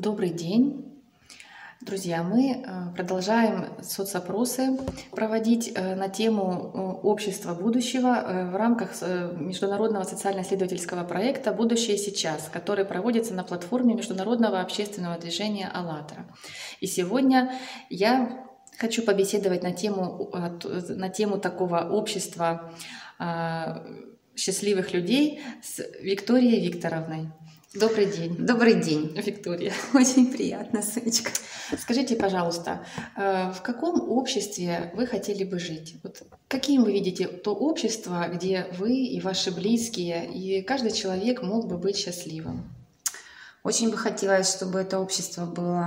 Добрый день, друзья! Мы продолжаем соцопросы проводить на тему общества будущего в рамках международного социально-исследовательского проекта «Будущее сейчас», который проводится на платформе международного общественного движения «АЛЛАТРА». И сегодня я хочу побеседовать на тему такого общества счастливых людей с Викторией Викторовной. Добрый день. Добрый день, Виктория. Очень приятно, Сонечка. Скажите, пожалуйста, в каком обществе вы хотели бы жить? Вот каким вы видите то общество, где вы и ваши близкие, и каждый человек мог бы быть счастливым? Очень бы хотелось, чтобы это общество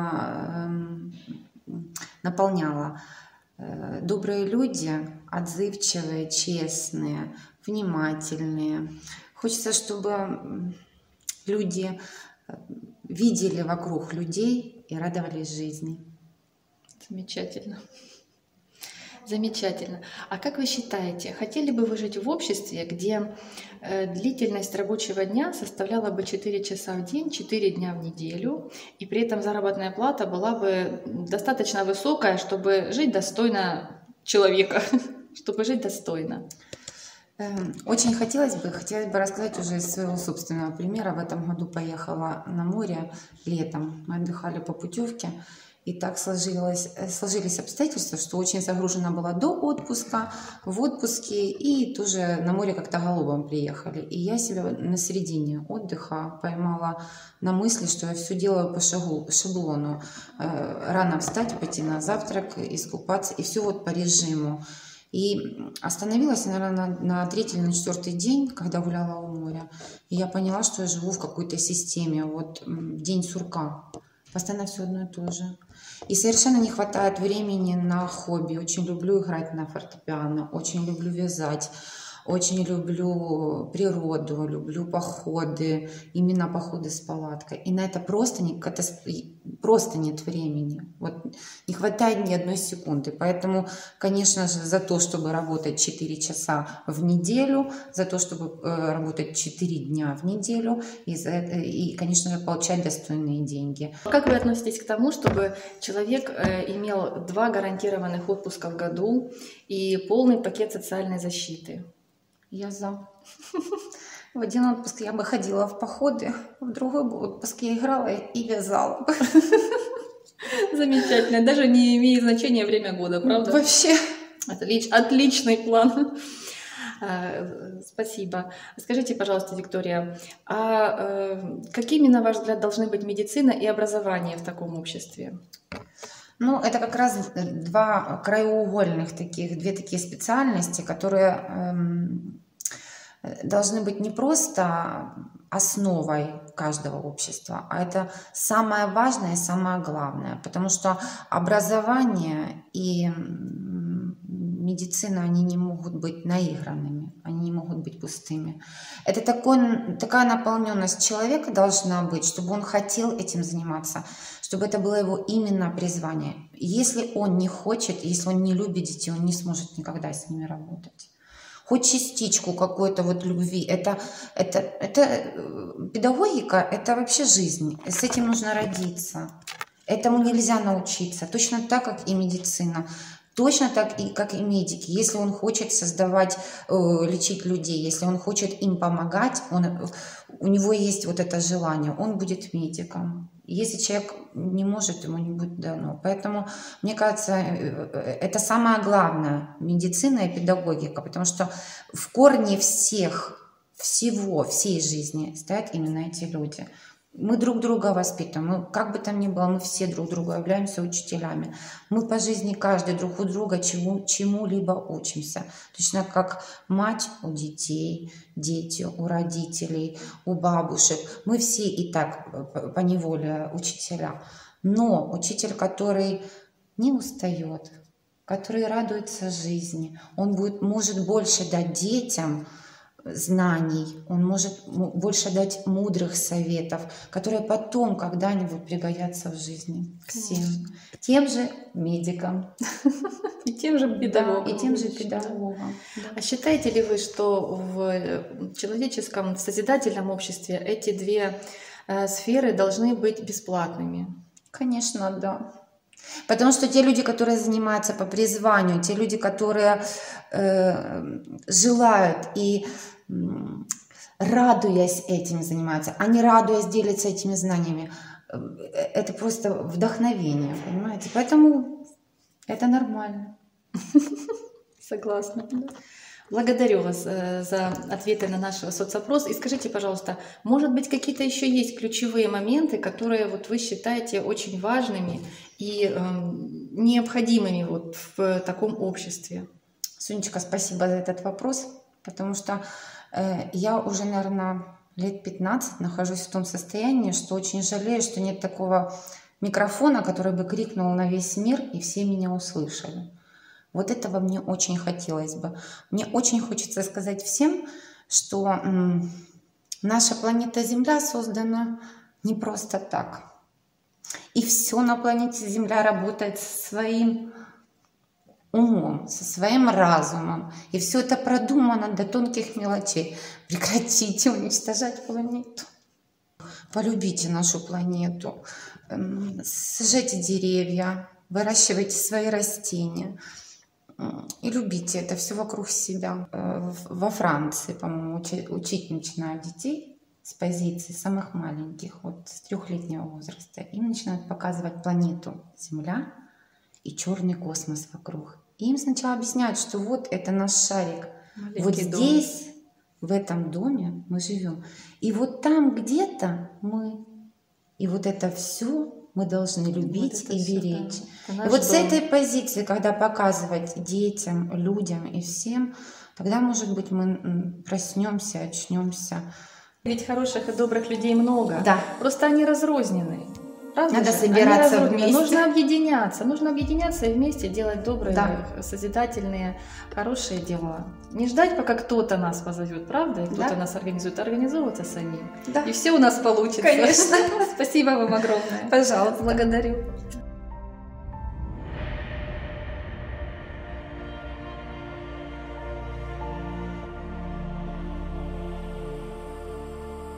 наполняло добрые люди, отзывчивые, честные, внимательные. Хочется, чтобы люди видели вокруг людей и радовались жизни. Замечательно. Замечательно. А как вы считаете, хотели бы вы жить в обществе, где длительность рабочего дня составляла бы 4 часа в день, 4 дня в неделю, и при этом заработная плата была бы достаточно высокая, чтобы жить достойно человека, чтобы жить достойно? Очень хотелось бы рассказать уже из своего собственного примера. В этом году поехала на море летом. Мы отдыхали по путевке. И так сложились обстоятельства, что очень загружена была до отпуска, в отпуске, и тоже на море как-то голубом приехали. И я себя на середине отдыха поймала на мысли, что я все делаю по шаблону. Рано встать, пойти на завтрак, искупаться, и все вот по режиму. И остановилась, наверное, на 3-й или на 4-й день, когда гуляла у моря. И я поняла, что я живу в какой-то системе. Вот день сурка. Постоянно все одно и то же. И совершенно не хватает времени на хобби. Очень люблю играть на фортепиано, очень люблю вязать, очень люблю природу, люблю походы, именно походы с палаткой. И на это просто нет времени. Вот не хватает ни одной секунды. Поэтому, конечно же, за то, чтобы работать 4 часа в неделю, за то, чтобы работать 4 дня в неделю и, конечно же, получать достойные деньги. Как вы относитесь к тому, чтобы человек имел 2 гарантированных отпуска в году и полный пакет социальной защиты? Я за. В один отпуск я бы ходила в походы, в другой отпуск я играла и вязала. Замечательно. Даже не имеет значения время года, правда? Вообще. Отличный план. Спасибо. Скажите, пожалуйста, Виктория, а какими, на ваш взгляд, должны быть медицина и образование в таком обществе? Ну, это как раз 2 краеугольных две такие специальности, которые должны быть не просто основой каждого общества, а это самое важное и самое главное, потому что образование и медицина, они не могут быть наигранными, они не могут быть пустыми. Это такая наполненность человека должна быть, чтобы он хотел этим заниматься, чтобы это было его именно призвание. Если он не хочет, если он не любит детей, он не сможет никогда с ними работать. Хоть частичку какой-то вот любви. Это педагогика, это вообще жизнь. С этим нужно родиться. Этому нельзя научиться. Точно так, как и медицина. Точно так, как и медики. Если он хочет лечить людей, если он хочет им помогать, у него есть вот это желание, он будет медиком. Если человек не может, ему не будет дано. Поэтому, мне кажется, это самое главное, медицина и педагогика, потому что в корне всей жизни стоят именно эти люди. Мы друг друга воспитываем, как бы там ни было, мы все друг друга являемся учителями. Мы по жизни каждый друг у друга чему-либо учимся. Точно как мать у детей, дети у родителей, у бабушек. Мы все и так поневоле учителя. Но учитель, который не устает, который радуется жизни, он может больше дать детям знаний, он может больше дать мудрых советов, которые потом когда-нибудь пригодятся в жизни всем. Тем же медикам. И тем же педагогам. Да, и тем же педагогам. Да. А считаете ли вы, что в человеческом созидательном обществе эти 2 сферы должны быть бесплатными. Конечно, да. Потому что те люди, которые занимаются по призванию, те люди, которые желают и радуясь этим занимаются, а не радуясь делятся этими знаниями, это просто вдохновение, понимаете? Поэтому это нормально. Согласна. Благодарю вас за ответы на наш соцопрос. И скажите, пожалуйста, может быть, какие-то еще есть ключевые моменты, которые вот вы считаете очень важными и необходимыми вот в таком обществе? Сонечка, спасибо за этот вопрос, потому что я уже, наверное, лет 15 нахожусь в том состоянии, что очень жалею, что нет такого микрофона, который бы крикнул на весь мир, и все меня услышали. Вот этого мне очень хотелось бы. Мне очень хочется сказать всем, что наша планета Земля создана не просто так. И все на планете Земля работает со своим умом, со своим разумом. И все это продумано до тонких мелочей. Прекратите уничтожать планету. Полюбите нашу планету. Сажайте деревья, выращивайте свои растения. И любите это все вокруг себя. Во Франции, по-моему, учить начинают детей с позиции самых маленьких, вот с 3-летнего возраста. Им начинают показывать планету Земля и черный космос вокруг. И им сначала объясняют, что вот это наш шарик. Маленький вот здесь, дом. В этом доме мы живем. И вот там где-то мы. И вот это все мы должны любить вот и беречь. Да. И вот с этой позиции, когда показывать детям, людям и всем, тогда, может быть, мы проснемся, очнемся. Ведь хороших и добрых людей много. Да. Просто они разрознены. Правда Надо же? собираться вместе. Нужно объединяться и вместе делать добрые, да. Созидательные, хорошие дела. Не ждать, пока кто-то нас позовет, правда? И кто-то нас организует, а организовываться самим. Да. И все у нас получится. Конечно. Спасибо вам огромное. Пожалуйста. Благодарю.